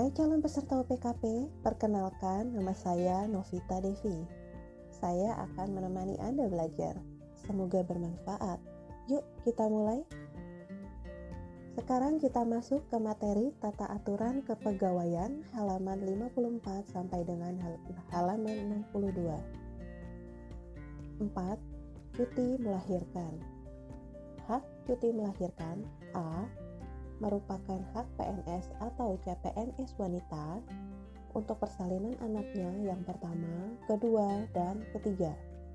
Hai calon peserta UPKP, perkenalkan nama saya Novita Devi. Saya akan menemani Anda belajar. Semoga bermanfaat. Yuk kita mulai. Sekarang kita masuk ke materi tata aturan kepegawaian halaman 54 sampai dengan halaman 62. 4. Cuti melahirkan. Hak cuti melahirkan A. Merupakan hak PNS atau CPNS wanita untuk persalinan anaknya yang pertama, kedua, dan ketiga.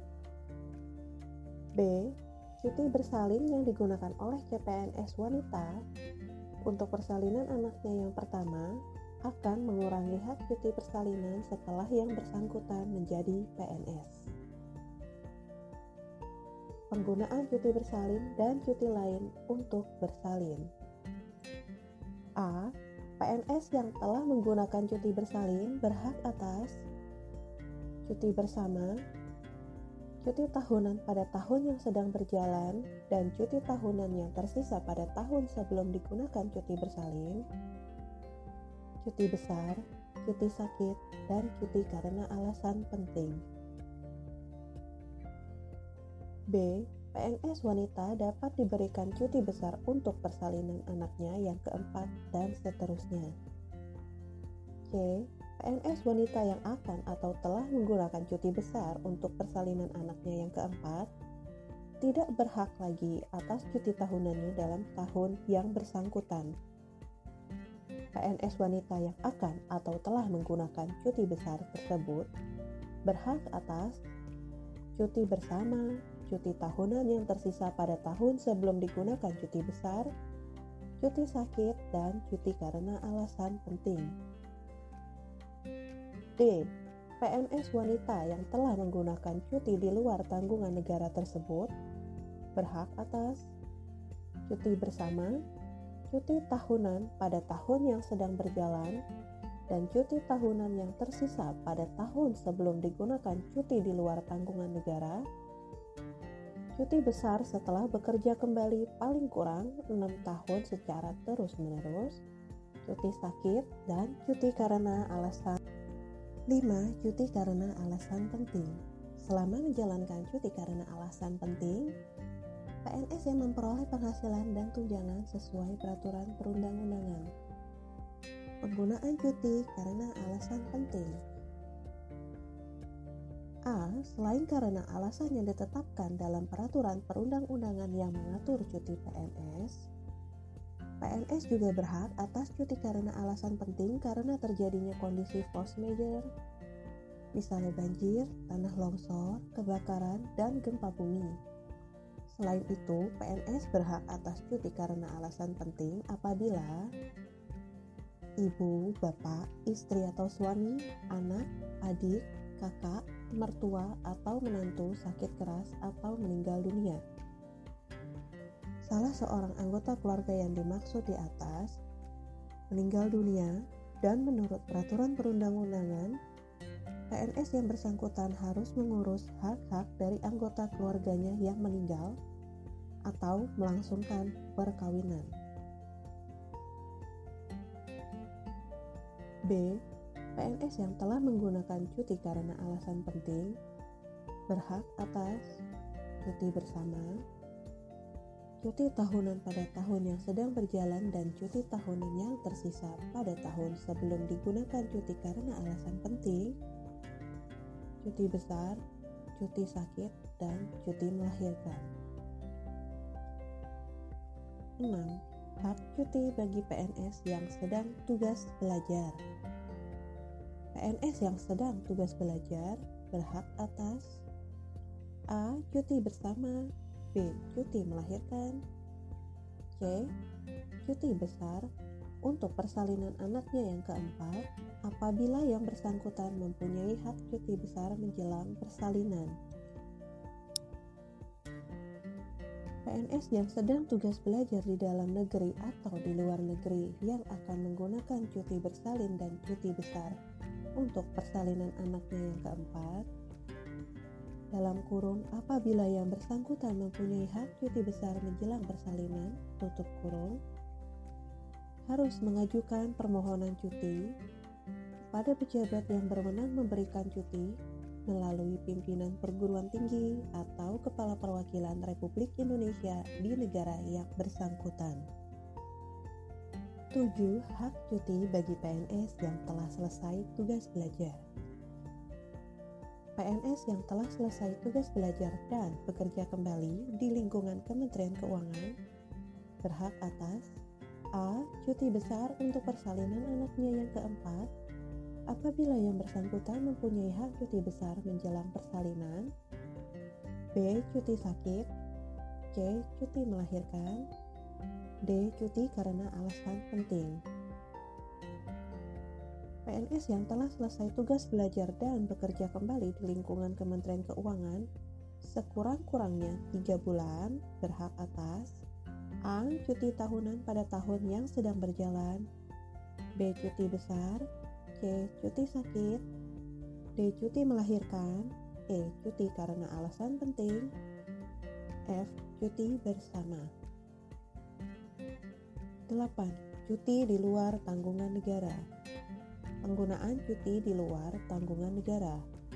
B. Cuti bersalin yang digunakan oleh CPNS wanita untuk persalinan anaknya yang pertama akan mengurangi hak cuti persalinan setelah yang bersangkutan menjadi PNS. Penggunaan cuti bersalin dan cuti lain untuk bersalin. A. PNS yang telah menggunakan cuti bersalin berhak atas cuti bersama, cuti tahunan pada tahun yang sedang berjalan, dan cuti tahunan yang tersisa pada tahun sebelum digunakan cuti bersalin, cuti besar, cuti sakit, dan cuti karena alasan penting. B. PNS wanita dapat diberikan cuti besar untuk persalinan anaknya yang keempat dan seterusnya. C. PNS wanita yang akan atau telah menggunakan cuti besar untuk persalinan anaknya yang keempat tidak berhak lagi atas cuti tahunannya dalam tahun yang bersangkutan. PNS wanita yang akan atau telah menggunakan cuti besar tersebut berhak atas cuti bersama, cuti tahunan yang tersisa pada tahun sebelum digunakan cuti besar, cuti sakit, dan cuti karena alasan penting. D. PNS wanita yang telah menggunakan cuti di luar tanggungan negara tersebut berhak atas cuti bersama, cuti tahunan pada tahun yang sedang berjalan, dan cuti tahunan yang tersisa pada tahun sebelum digunakan cuti di luar tanggungan negara, cuti besar setelah bekerja kembali paling kurang 6 tahun secara terus-menerus, cuti sakit, dan cuti karena alasan 5. Cuti karena alasan penting. Selama menjalankan cuti karena alasan penting, PNS yang memperoleh penghasilan dan tunjangan sesuai peraturan perundang-undangan. Penggunaan cuti karena alasan penting. A. Selain karena alasan yang ditetapkan dalam peraturan perundang-undangan yang mengatur cuti PNS, PNS juga berhak atas cuti karena alasan penting karena terjadinya kondisi force majeure, misalnya banjir, tanah longsor, kebakaran, dan gempa bumi. Selain itu, PNS berhak atas cuti karena alasan penting apabila ibu, bapak, istri atau suami, anak, adik, kakak, mertua, atau menantu sakit keras atau meninggal dunia. Salah seorang anggota keluarga yang dimaksud di atas meninggal dunia, dan menurut peraturan perundang-undangan, PNS yang bersangkutan harus mengurus hak-hak dari anggota keluarganya yang meninggal atau melangsungkan perkawinan. B. PNS yang telah menggunakan cuti karena alasan penting berhak atas cuti bersama, cuti tahunan pada tahun yang sedang berjalan, dan cuti tahunan yang tersisa pada tahun sebelum digunakan cuti karena alasan penting, cuti besar, cuti sakit, dan cuti melahirkan. 6. Hak cuti bagi PNS yang sedang tugas belajar. PNS yang sedang tugas belajar berhak atas A. Cuti bersama, B. Cuti melahirkan, C. Cuti besar untuk persalinan anaknya yang keempat apabila yang bersangkutan mempunyai hak cuti besar menjelang persalinan. PNS yang sedang tugas belajar di dalam negeri atau di luar negeri yang akan menggunakan cuti bersalin dan cuti besar untuk persalinan anaknya yang keempat, dalam kurung apabila yang bersangkutan mempunyai hak cuti besar menjelang persalinan, tutup kurung, harus mengajukan permohonan cuti pada pejabat yang berwenang memberikan cuti melalui pimpinan perguruan tinggi atau Kepala Perwakilan Republik Indonesia di negara yang bersangkutan. 7. Hak cuti bagi PNS yang telah selesai tugas belajar. PNS yang telah selesai tugas belajar dan bekerja kembali di lingkungan Kementerian Keuangan berhak atas A. Cuti besar untuk persalinan anaknya yang keempat apabila yang bersangkutan mempunyai hak cuti besar menjelang persalinan. B. Cuti sakit. C. Cuti melahirkan. D. Cuti karena alasan penting. PNS yang telah selesai tugas belajar dan bekerja kembali di lingkungan Kementerian Keuangan sekurang-kurangnya 3 bulan berhak atas A. Cuti tahunan pada tahun yang sedang berjalan. B. Cuti besar. C. Cuti sakit. D. Cuti melahirkan. E. Cuti karena alasan penting. F. Cuti bersama. 8. Cuti di luar tanggungan negara. Penggunaan cuti di luar tanggungan negara.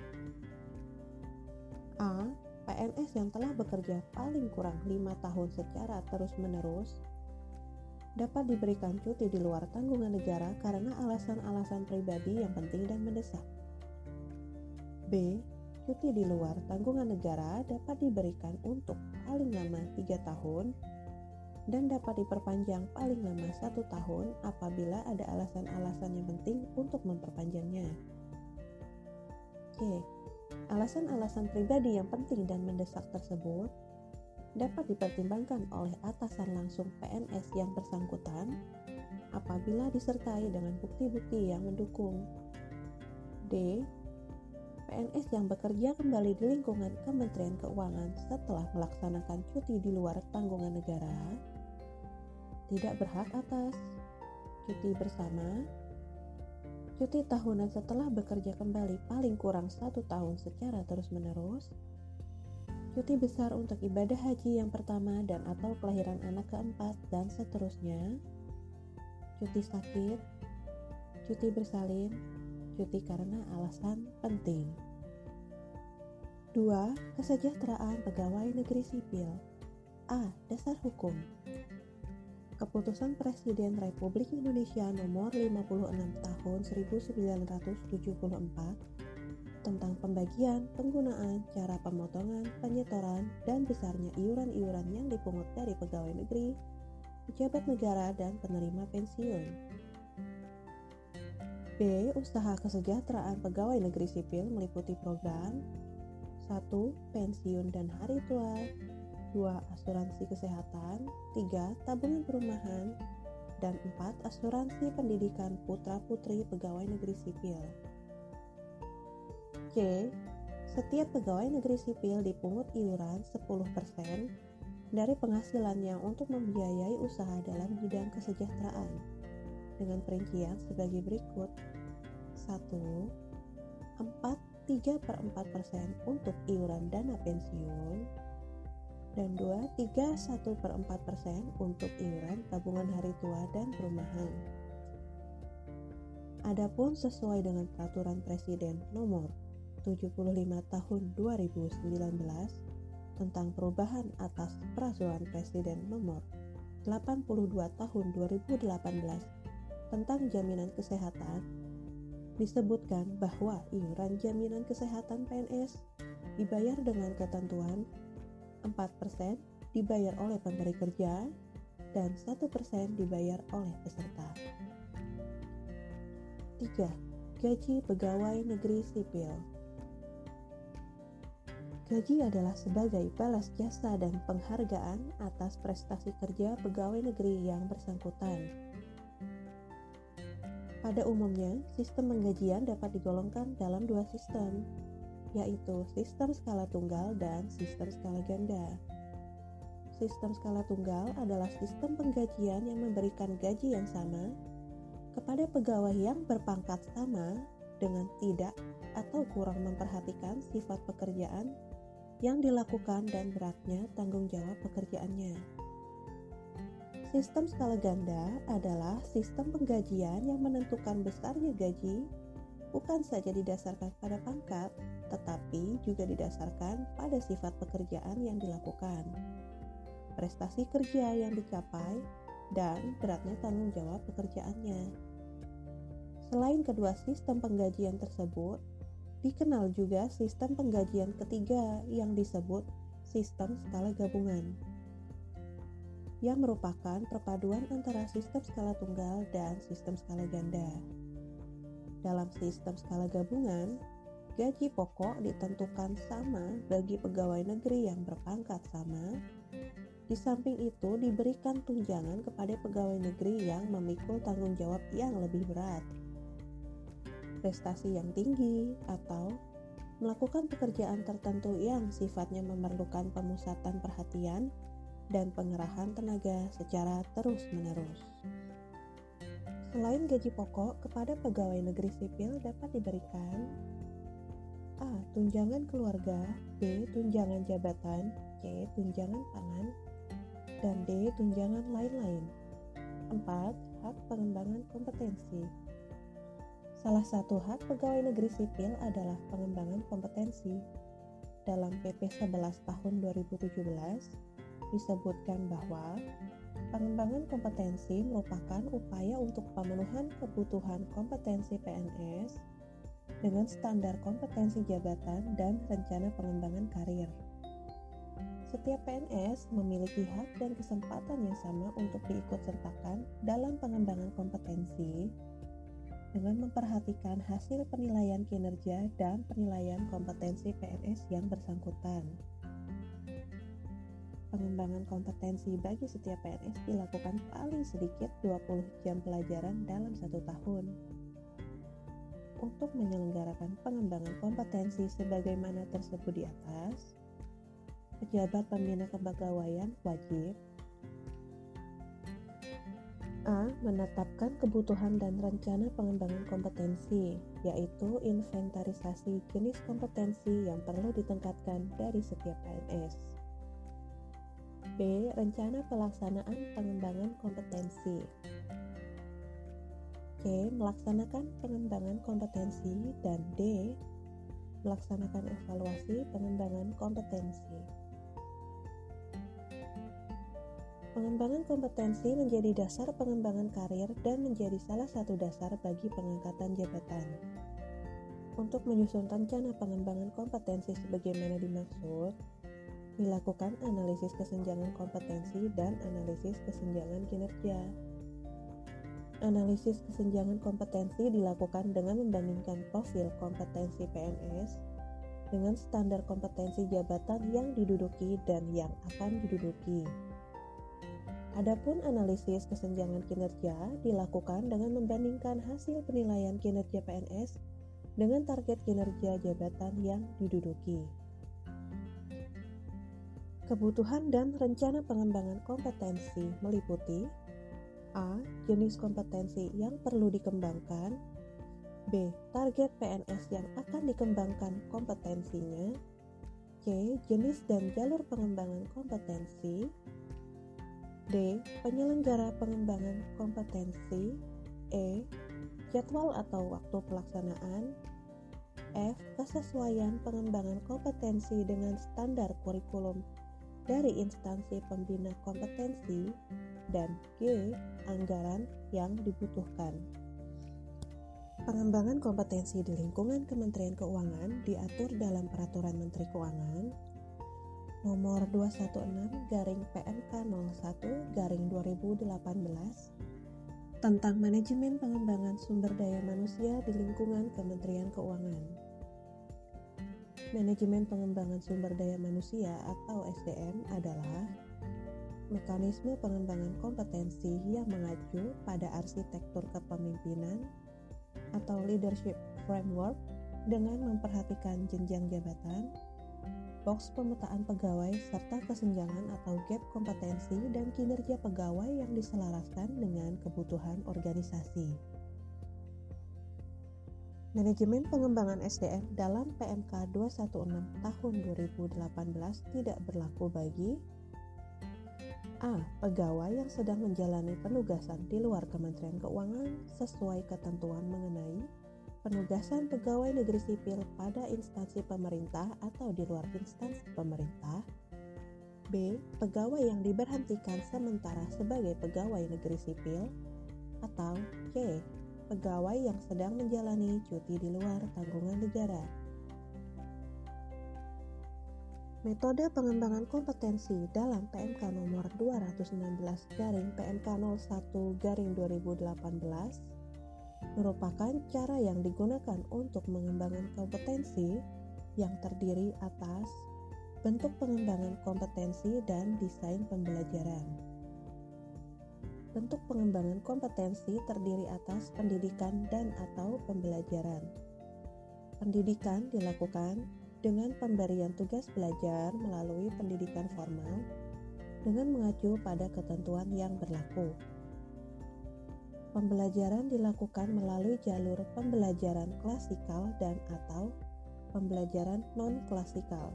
A. PNS yang telah bekerja paling kurang 5 tahun secara terus-menerus dapat diberikan cuti di luar tanggungan negara karena alasan-alasan pribadi yang penting dan mendesak. B. Cuti di luar tanggungan negara dapat diberikan untuk paling lama 3 tahun dan dapat diperpanjang paling lama 1 tahun apabila ada alasan-alasan yang penting untuk memperpanjangnya. C. Alasan-alasan pribadi yang penting dan mendesak tersebut dapat dipertimbangkan oleh atasan langsung PNS yang bersangkutan apabila disertai dengan bukti-bukti yang mendukung. D. PNS yang bekerja kembali di lingkungan Kementerian Keuangan setelah melaksanakan cuti di luar tanggungan negara tidak berhak atas cuti bersama, cuti tahunan setelah bekerja kembali paling kurang 1 tahun secara terus-menerus, cuti besar untuk ibadah haji yang pertama dan atau kelahiran anak keempat dan seterusnya, cuti sakit, cuti bersalin, cuti karena alasan penting. 2. Kesejahteraan pegawai negeri sipil. A. Dasar hukum. Keputusan Presiden Republik Indonesia Nomor 56 Tahun 1974 tentang pembagian, penggunaan, cara pemotongan, penyetoran, dan besarnya iuran-iuran yang dipungut dari pegawai negeri, pejabat negara, dan penerima pensiun. B. Usaha kesejahteraan pegawai negeri sipil meliputi program 1. Pensiun dan hari tua. 2. Asuransi kesehatan. 3. Tabungan perumahan. Dan 4. Asuransi pendidikan putra-putri pegawai negeri sipil. C. Setiap pegawai negeri sipil dipungut iuran 10% dari penghasilannya untuk membiayai usaha dalam bidang kesejahteraan dengan perincian sebagai berikut. 1. 3/4% untuk iuran dana pensiun dan 2. 3/1/4% untuk iuran tabungan hari tua dan perumahan. Adapun sesuai dengan peraturan Presiden Nomor 75 Tahun 2019 tentang perubahan atas Peraturan Presiden Nomor 82 Tahun 2018 tentang jaminan kesehatan, disebutkan bahwa iuran jaminan kesehatan PNS dibayar dengan ketentuan 4% dibayar oleh pemberi kerja dan 1% dibayar oleh peserta. 3. Gaji pegawai negeri sipil. Gaji adalah sebagai balas jasa dan penghargaan atas prestasi kerja pegawai negeri yang bersangkutan. Pada umumnya, sistem penggajian dapat digolongkan dalam 2 sistem, yaitu sistem skala tunggal dan sistem skala ganda. Sistem skala tunggal adalah sistem penggajian yang memberikan gaji yang sama kepada pegawai yang berpangkat sama dengan tidak atau kurang memperhatikan sifat pekerjaan yang dilakukan dan beratnya tanggung jawab pekerjaannya. Sistem skala ganda adalah sistem penggajian yang menentukan besarnya gaji bukan saja didasarkan pada pangkat, tetapi juga didasarkan pada sifat pekerjaan yang dilakukan, prestasi kerja yang dicapai, dan beratnya tanggung jawab pekerjaannya. Selain kedua sistem penggajian tersebut, dikenal juga sistem penggajian ketiga yang disebut sistem skala gabungan, yang merupakan perpaduan antara sistem skala tunggal dan sistem skala ganda. Dalam sistem skala gabungan, gaji pokok ditentukan sama bagi pegawai negeri yang berpangkat sama. Di samping itu diberikan tunjangan kepada pegawai negeri yang memikul tanggung jawab yang lebih berat, prestasi yang tinggi, atau melakukan pekerjaan tertentu yang sifatnya memerlukan pemusatan perhatian dan pengerahan tenaga secara terus-menerus. Selain gaji pokok, kepada pegawai negeri sipil dapat diberikan A. Tunjangan keluarga, B. Tunjangan jabatan, C. Tunjangan pangan, dan D. Tunjangan lain-lain. 4. Hak pengembangan kompetensi. Salah satu hak pegawai negeri sipil adalah pengembangan kompetensi. Dalam PP 11 tahun 2017, disebutkan bahwa pengembangan kompetensi merupakan upaya untuk pemenuhan kebutuhan kompetensi PNS dengan standar kompetensi jabatan dan rencana pengembangan karir. Setiap PNS memiliki hak dan kesempatan yang sama untuk diikutsertakan dalam pengembangan kompetensi dengan memperhatikan hasil penilaian kinerja dan penilaian kompetensi PNS yang bersangkutan. Pengembangan kompetensi bagi setiap PNS dilakukan paling sedikit 20 jam pelajaran dalam 1 tahun. Untuk menyelenggarakan pengembangan kompetensi sebagaimana tersebut di atas, pejabat pembina kepegawaian wajib A. Menetapkan kebutuhan dan rencana pengembangan kompetensi, yaitu inventarisasi jenis kompetensi yang perlu ditingkatkan dari setiap PNS. B. Rencana pelaksanaan pengembangan kompetensi. C. Melaksanakan pengembangan kompetensi, dan D. Melaksanakan evaluasi pengembangan kompetensi. Pengembangan kompetensi menjadi dasar pengembangan karir dan menjadi salah satu dasar bagi pengangkatan jabatan. Untuk menyusun rencana pengembangan kompetensi sebagaimana dimaksud, dilakukan analisis kesenjangan kompetensi dan analisis kesenjangan kinerja. Analisis kesenjangan kompetensi dilakukan dengan membandingkan profil kompetensi PNS dengan standar kompetensi jabatan yang diduduki dan yang akan diduduki. Adapun analisis kesenjangan kinerja dilakukan dengan membandingkan hasil penilaian kinerja PNS dengan target kinerja jabatan yang diduduki. Kebutuhan dan rencana pengembangan kompetensi meliputi A. Jenis kompetensi yang perlu dikembangkan, B. Target PNS yang akan dikembangkan kompetensinya, C. Jenis dan jalur pengembangan kompetensi, D. Penyelenggara pengembangan kompetensi, E. Jadwal atau waktu pelaksanaan, F. Kesesuaian pengembangan kompetensi dengan standar kurikulum dari instansi pembina kompetensi, dan G. Anggaran yang dibutuhkan. Pengembangan kompetensi di lingkungan Kementerian Keuangan diatur dalam Peraturan Menteri Keuangan Nomor 216/PMK01/2018 tentang manajemen pengembangan sumber daya manusia di lingkungan Kementerian Keuangan. Manajemen pengembangan sumber daya manusia atau SDM adalah mekanisme pengembangan kompetensi yang mengacu pada arsitektur kepemimpinan atau leadership framework dengan memperhatikan jenjang jabatan, box pemetaan pegawai serta kesenjangan atau gap kompetensi dan kinerja pegawai yang diselaraskan dengan kebutuhan organisasi. Manajemen pengembangan SDM dalam PMK 216 tahun 2018 tidak berlaku bagi A. Pegawai yang sedang menjalani penugasan di luar Kementerian Keuangan sesuai ketentuan mengenai penugasan pegawai negeri sipil pada instansi pemerintah atau di luar instansi pemerintah. B. Pegawai yang diberhentikan sementara sebagai pegawai negeri sipil. Atau C. Pegawai yang sedang menjalani cuti di luar tanggungan negara. Metode pengembangan kompetensi dalam PMK nomor 216/PMK01/2018 merupakan cara yang digunakan untuk mengembangkan kompetensi yang terdiri atas bentuk pengembangan kompetensi dan desain pembelajaran. Bentuk pengembangan kompetensi terdiri atas pendidikan dan atau pembelajaran. Pendidikan dilakukan dengan pemberian tugas belajar melalui pendidikan formal dengan mengacu pada ketentuan yang berlaku. Pembelajaran dilakukan melalui jalur pembelajaran klasikal dan atau pembelajaran non-klasikal.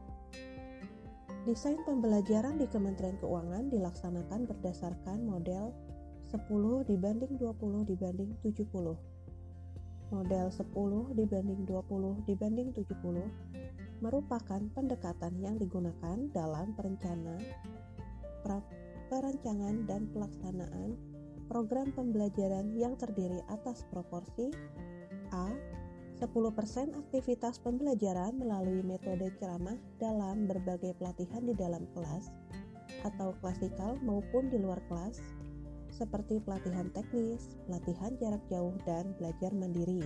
Desain pembelajaran di Kementerian Keuangan dilaksanakan berdasarkan model 10:20:70. Model 10:20:70 merupakan pendekatan yang digunakan dalam perancangan dan pelaksanaan program pembelajaran yang terdiri atas proporsi A. 10% aktivitas pembelajaran melalui metode ceramah dalam berbagai pelatihan di dalam kelas atau klasikal maupun di luar kelas, seperti pelatihan teknis, pelatihan jarak jauh, dan belajar mandiri.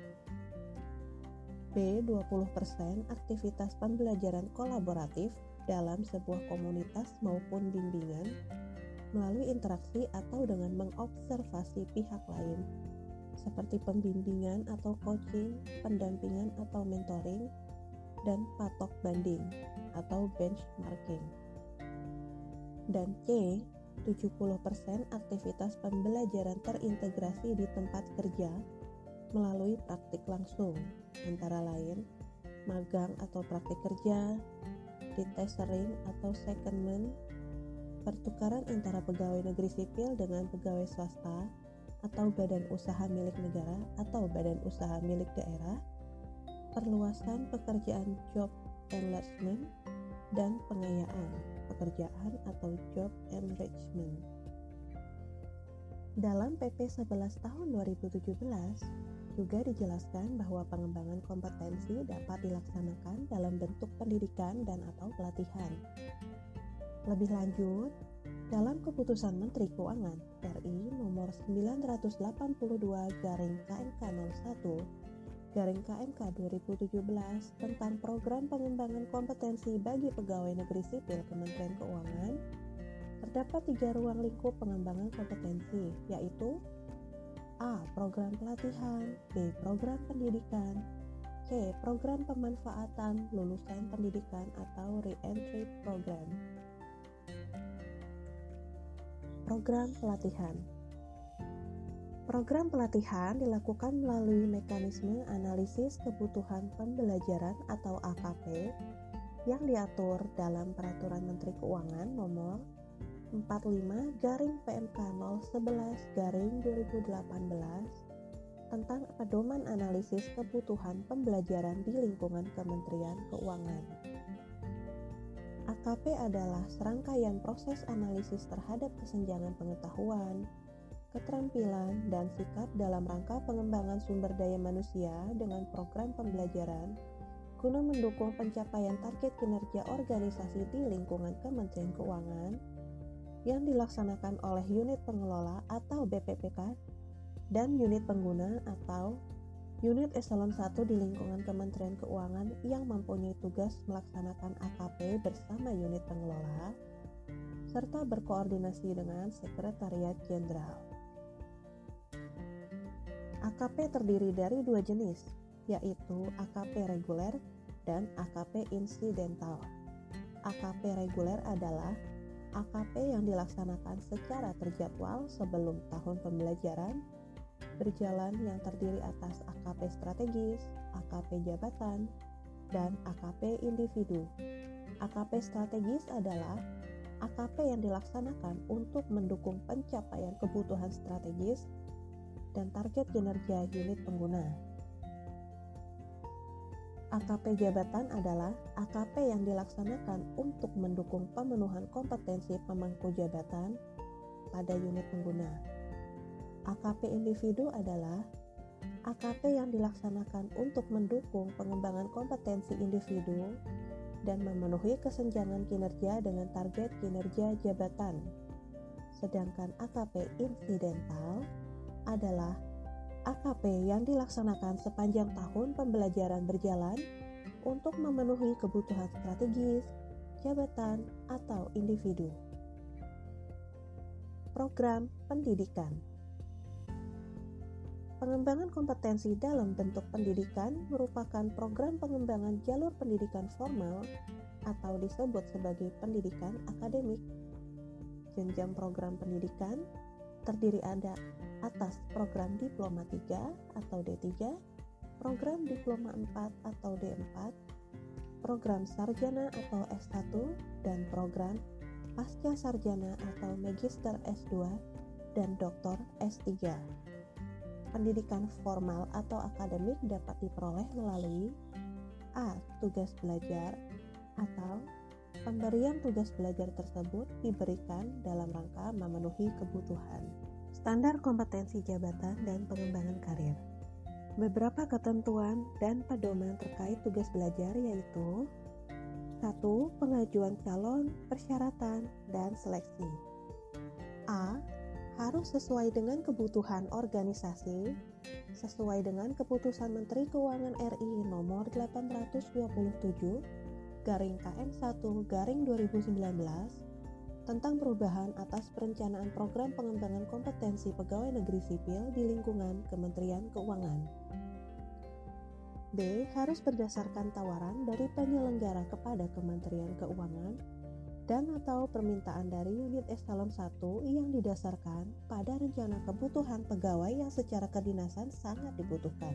B. 20% aktivitas pembelajaran kolaboratif dalam sebuah komunitas maupun bimbingan melalui interaksi atau dengan mengobservasi pihak lain, seperti pembimbingan atau coaching, pendampingan atau mentoring, dan patok banding atau benchmarking. Dan C. 70% aktivitas pembelajaran terintegrasi di tempat kerja melalui praktik langsung, antara lain magang atau praktik kerja, detachering atau secondment, pertukaran antara pegawai negeri sipil dengan pegawai swasta atau badan usaha milik negara atau badan usaha milik daerah, perluasan pekerjaan job enlargement, dan pengayaan pekerjaan atau job enrichment. Dalam PP 11 tahun 2017 juga dijelaskan bahwa pengembangan kompetensi dapat dilaksanakan dalam bentuk pendidikan dan atau pelatihan. Lebih lanjut, dalam Keputusan Menteri Keuangan RI nomor 982/KMK01/KMK 2017 tentang program pengembangan kompetensi bagi pegawai negeri sipil Kementerian Keuangan, terdapat 3 ruang lingkup pengembangan kompetensi, yaitu A. Program pelatihan, B. Program pendidikan, C. Program pemanfaatan lulusan pendidikan atau re-entry program. Program pelatihan. Program pelatihan dilakukan melalui mekanisme analisis kebutuhan pembelajaran atau AKP yang diatur dalam Peraturan Menteri Keuangan nomor 45/PMK011/2018 tentang pedoman analisis kebutuhan pembelajaran di lingkungan Kementerian Keuangan. AKP adalah serangkaian proses analisis terhadap kesenjangan pengetahuan, keterampilan, dan sikap dalam rangka pengembangan sumber daya manusia dengan program pembelajaran guna mendukung pencapaian target kinerja organisasi di lingkungan Kementerian Keuangan yang dilaksanakan oleh unit pengelola atau BPPK dan unit pengguna atau unit eselon 1 di lingkungan Kementerian Keuangan yang mempunyai tugas melaksanakan AKP bersama unit pengelola serta berkoordinasi dengan Sekretariat Jenderal. AKP terdiri dari 2 jenis, yaitu AKP reguler dan AKP insidental. AKP reguler adalah AKP yang dilaksanakan secara terjadwal sebelum tahun pembelajaran berjalan yang terdiri atas AKP strategis, AKP jabatan, dan AKP individu. AKP strategis adalah AKP yang dilaksanakan untuk mendukung pencapaian kebutuhan strategis dan target kinerja unit pengguna. AKP jabatan adalah AKP yang dilaksanakan untuk mendukung pemenuhan kompetensi pemangku jabatan pada unit pengguna. AKP individu adalah AKP yang dilaksanakan untuk mendukung pengembangan kompetensi individu dan memenuhi kesenjangan kinerja dengan target kinerja jabatan. Sedangkan AKP insidental adalah AKP yang dilaksanakan sepanjang tahun pembelajaran berjalan untuk memenuhi kebutuhan strategis, jabatan, atau individu. Program pendidikan. Pengembangan kompetensi dalam bentuk pendidikan merupakan program pengembangan jalur pendidikan formal atau disebut sebagai pendidikan akademik. Jenjang program pendidikan terdiri atas program Diploma 3 atau D3, program Diploma 4 atau D4, program Sarjana atau S1, dan program Pasca Sarjana atau Magister S2 dan Doktor S3. Pendidikan formal atau akademik dapat diperoleh melalui A. Tugas belajar atau pemberian tugas belajar tersebut diberikan dalam rangka memenuhi kebutuhan. Standar kompetensi jabatan dan pengembangan karir. Beberapa ketentuan dan pedoman terkait tugas belajar yaitu 1. Pengajuan calon, persyaratan, dan seleksi. A. Harus sesuai dengan kebutuhan organisasi, sesuai dengan Keputusan Menteri Keuangan RI Nomor 827/KN1/2019 tentang perubahan atas perencanaan program pengembangan kompetensi pegawai negeri sipil di lingkungan Kementerian Keuangan. B. Harus berdasarkan tawaran dari penyelenggara kepada Kementerian Keuangan dan atau permintaan dari unit eselon 1 yang didasarkan pada rencana kebutuhan pegawai yang secara kedinasan sangat dibutuhkan.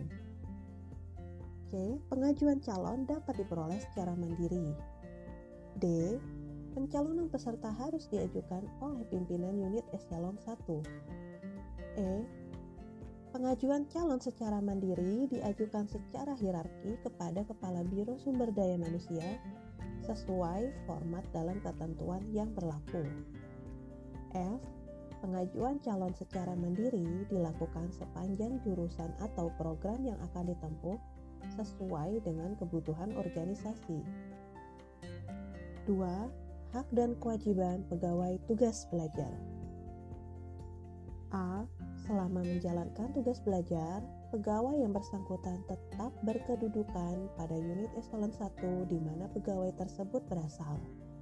C. Pengajuan calon dapat diperoleh secara mandiri. D. Pencalonan peserta harus diajukan oleh pimpinan unit eselon 1. E. Pengajuan calon secara mandiri diajukan secara hierarki kepada Kepala Biro Sumber Daya Manusia sesuai format dalam ketentuan yang berlaku. F. Pengajuan calon secara mandiri dilakukan sepanjang jurusan atau program yang akan ditempuh sesuai dengan kebutuhan organisasi. 2. Hak dan kewajiban pegawai tugas belajar. A. Selama menjalankan tugas belajar, pegawai yang bersangkutan tetap berkedudukan pada unit eselon 1 di mana pegawai tersebut berasal.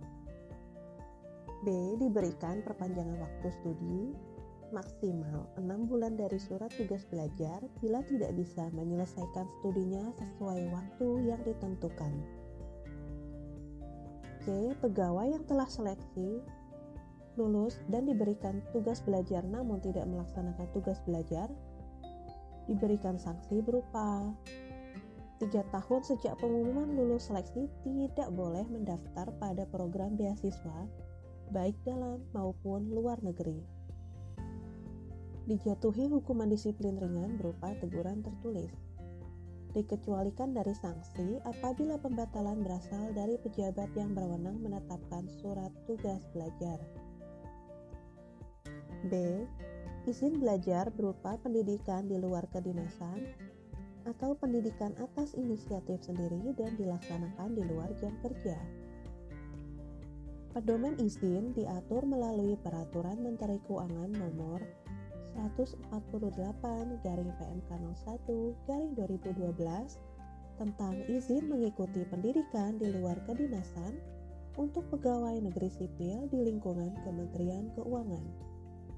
B. Diberikan perpanjangan waktu studi maksimal 6 bulan dari surat tugas belajar bila tidak bisa menyelesaikan studinya sesuai waktu yang ditentukan. C. Pegawai yang telah seleksi, lulus, dan diberikan tugas belajar namun tidak melaksanakan tugas belajar diberikan sanksi berupa 3 tahun sejak pengumuman lulus seleksi tidak boleh mendaftar pada program beasiswa baik dalam maupun luar negeri. Dijatuhi hukuman disiplin ringan berupa teguran tertulis. Dikecualikan dari sanksi apabila pembatalan berasal dari pejabat yang berwenang menetapkan surat tugas belajar. B. Izin belajar berupa pendidikan di luar kedinasan atau pendidikan atas inisiatif sendiri dan dilaksanakan di luar jam kerja. Pedoman izin diatur melalui Peraturan Menteri Keuangan Nomor 148/PMK01/2012 tentang izin mengikuti pendidikan di luar kedinasan untuk pegawai negeri sipil di lingkungan Kementerian Keuangan.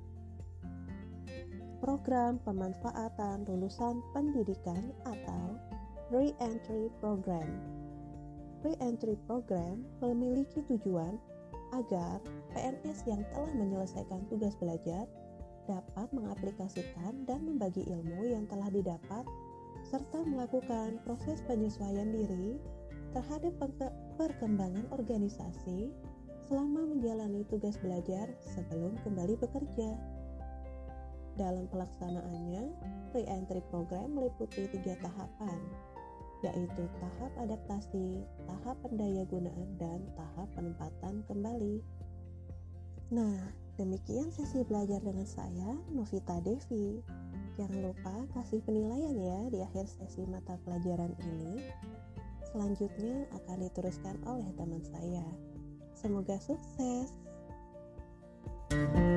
Program pemanfaatan lulusan pendidikan atau Re-Entry Program. Re-Entry Program memiliki tujuan agar PNS yang telah menyelesaikan tugas belajar dapat mengaplikasikan dan membagi ilmu yang telah didapat serta melakukan proses penyesuaian diri terhadap perkembangan organisasi selama menjalani tugas belajar sebelum kembali bekerja. Dalam pelaksanaannya, re-entry program meliputi 3 tahapan, yaitu tahap adaptasi, tahap pendayagunaan, dan tahap penempatan kembali. Nah, demikian sesi belajar dengan saya, Novita Devi. Jangan lupa kasih penilaian ya di akhir sesi mata pelajaran ini. Selanjutnya akan diteruskan oleh teman saya. Semoga sukses.